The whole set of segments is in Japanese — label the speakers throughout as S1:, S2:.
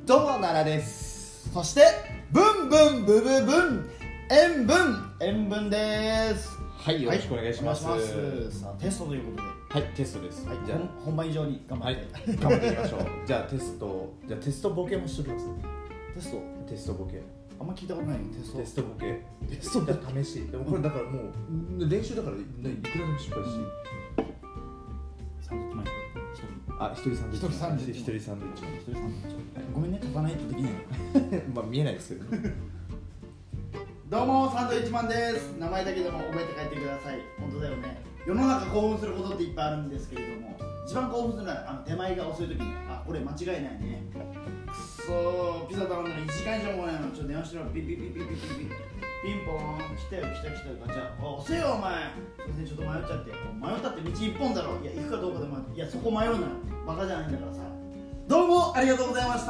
S1: どうも奈良です。
S2: そしてブンブンブブブン塩分です。
S1: はい、よろしくお願いします。
S2: さあテストということで、
S1: はい、テストです。
S2: はい、
S1: じゃあ
S2: 本番以上に頑張って、
S1: はい、頑張っていきましょう。じゃあテストボケもしときます。テストボケ
S2: あんま聞いたことないよ。
S1: テストボケ
S2: テストボケ
S1: 試し。でもこれだからもう練習だからいくらでも失敗し。
S2: サンドイッチマン
S1: 一人サンドイッチ。
S2: ごめんね、書かないとできない。
S1: まあ見えないですけど。
S2: どうもサンドイッチマンです。名前だけでも覚えて帰ってください。本当だよね。世の中興奮することっていっぱいあるんですけれども、一番興奮するのは手前が遅い時に、これ間違いないね。くそー、ピザ頼んだの1時間以上もないの。ちょっと電話してろ。ピンポーン。来たよガチャ。遅いよお前。すいません、ちょっと迷っちゃって。迷ったって道一本だろ。いや、行くかどうかでも、いや、そこ迷うなよ。バカじゃないんだからさ。どうもありがとうございました。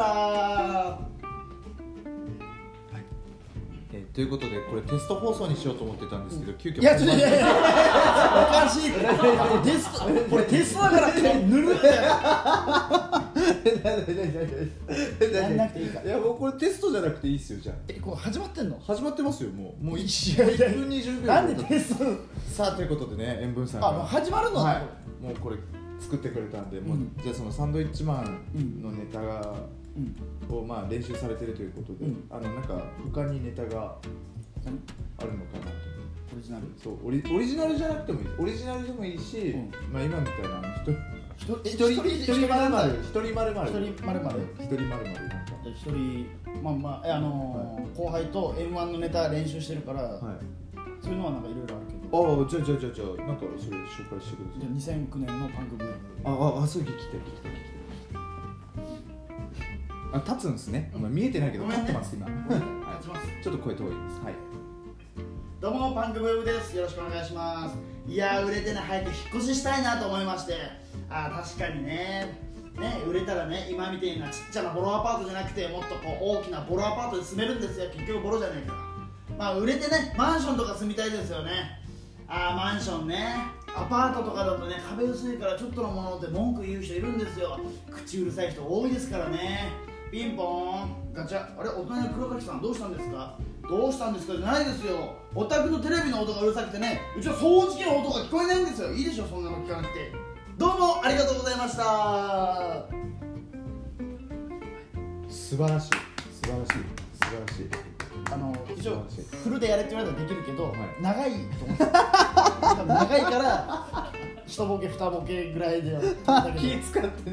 S1: ということで、これテスト放送にしようと思ってたんですけど、急遽
S2: いやおかしいってこれテストだからってぬるってやんなくていいか。
S1: いやもうこれテストじゃなくていいっすよ。じゃあ
S2: これ始まってんの？
S1: 始まってますよ。もう
S2: 1分
S1: 20秒
S2: なんでテスト。
S1: さあということでね、塩分さんが
S2: もう始まるの？
S1: はい、もうこれ作ってくれたんで、もうじゃあそのサンドイッチマンのネタがをまあ練習されてるということで、なんか他にネタがあるのかなと。
S2: オリジナル？
S1: そう、オリジナルじゃなくてもいい。オリジナルでもいいし、まあ今みたいな一人丸々
S2: 後輩と M1 のネタ練習してるから、そういうのはなんかいろいろあるけど。
S1: じゃあなんかそれ紹介してください。
S2: 2009年のパンクブーム。
S1: そう聞きたい。立つんですね。見えてないけど立ってます今。ちょっと声遠いです。はい。
S2: どうもパンクブームです。よろしくお願いします。いや売れてね、早く引っ越ししたいなと思いまして、確かにね売れたらね、今みたいなちっちゃなボロアパートじゃなくて、もっとこう大きなボロアパートで住めるんですよ。結局ボロじゃねえから。売れてね、マンションとか住みたいですよね。マンションね、アパートとかだとね、壁薄いからちょっとのものって文句言う人いるんですよ。口うるさい人多いですからね。ピンポーン、ガチャ。あれ、お隣の黒崎さんどうしたんですかじゃないですよ。お宅のテレビの音がうるさくてね、うちは掃除機の音が聞こえないんですよ。いいでしょ、そんなの聞かなくて。どうもありがとうございました。
S1: 素晴らしい。
S2: 一応フルでやれって言われたらできるけど、長いと思って長いから一ボケ二ボケぐらいで
S1: 気使って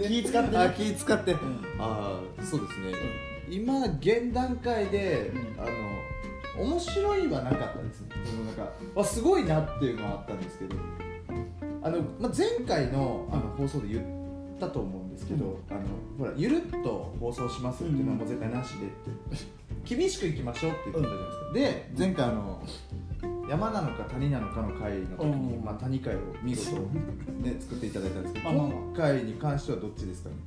S1: そうですね。今現段階で面白いはなかったですね。すごいなっていうのはあったんですけど、前回の放送で言ったと思うんですけど、ほらゆるっと放送しますっていうのはもう絶対なしでって厳しくいきましょうって言ってたじゃないですか。で前回山なのか谷なのかの回の時に、谷回を見事ね作っていただいたんですけど、今回に関してはどっちですかね。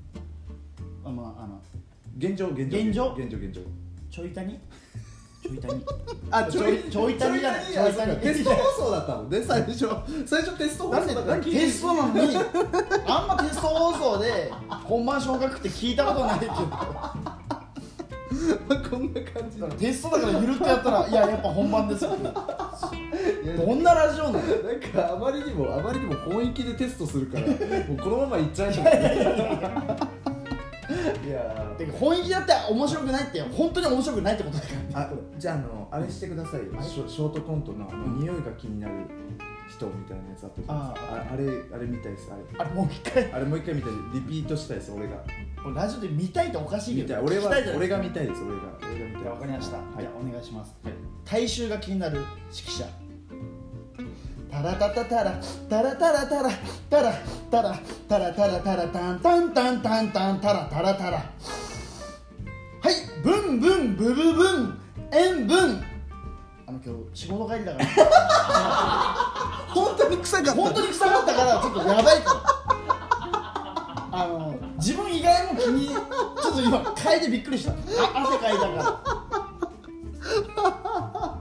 S1: 現状
S2: ちょい谷ちょい谷じゃない。
S1: テスト放送だったので、最初テスト放送だから。
S2: テストなのにあんまテスト放送で本番昇格って聞いたことないけど
S1: こんな感じだ。
S2: テストだからゆるっとやったら、やっぱ本番ですよ。どんなラジオなの？
S1: なんかあまりにも本意気でテストするから、もうこのままいっちゃいそう。
S2: 本気だって面白くないって本当に面白くないってことだから。
S1: じゃああれしてくださいよ。ショートコントの匂いが気になる人みたいなやつあったじゃないですか。あれ見たいです。あれもう一回見たい。リピートしたいです。俺が
S2: ラジオで見たいっておかしいけど、
S1: 俺が見たいです。俺が
S2: わかりました。じゃあお願いします。大衆が気になる指揮者。タラタタタラタラタラタラタラタラタラタラタラタンタンタンタンタンタラタラタラ。はい、ブンブンブブブン塩分。今日仕事帰りだから本当に臭かったからちょっとやばいから自分以外も気にちょっと今嗅いでびっくりした。汗かいた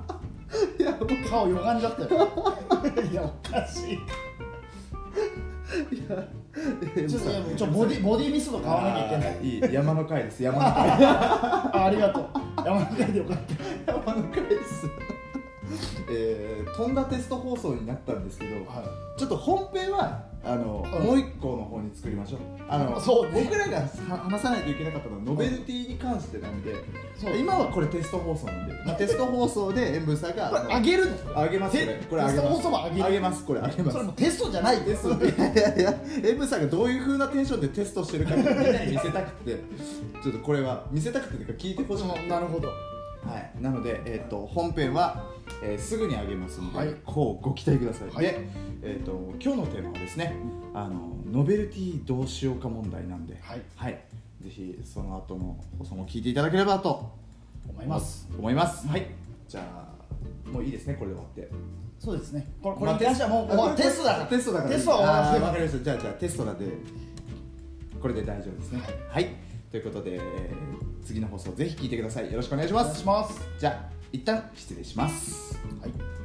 S2: から顔よがんじゃったよ。いやおかしい。 ちょっとボディミスト買わなきゃいけない。
S1: いい山の会です。山の会
S2: ありがとう。山の会でよかった。
S1: 山の会です。飛んだテスト放送になったんですけど、ちょっと本編はもう一個の方に作りましょう。
S2: そうね、
S1: 僕らが話さないといけなかったのはノベルティに関してなんで、今はこれテスト放送なんで、テスト放送で塩分さんが
S2: あげるの、
S1: あげます。これあげます。テスト放送もあげます。これあげます。
S2: それもテストじゃない、テスト。
S1: いや塩分さんがどういう風なテンションでテストしてるかみんなに見せたくて、ちょっとこれは見せたくてというか聞いてほしい。
S2: なるほど。
S1: はい、なので、本編は、すぐにあげますので、こうご期待ください。で、今日のテーマはですね、ノベルティどうしようか問題なんで、はい、ぜひその後の放送も聞いていただければと思います。はい、じゃあもういいですね、これで終わって。
S2: そうですね。これに関してはもうテストだから。テストは終わらせて。
S1: わかりました。じゃあテストなんでこれで大丈夫ですね。はい。ということで、次の放送ぜひ聞いてください。よろしくお願いします。
S2: お願いします。
S1: じゃあ一旦失礼します。
S2: はい。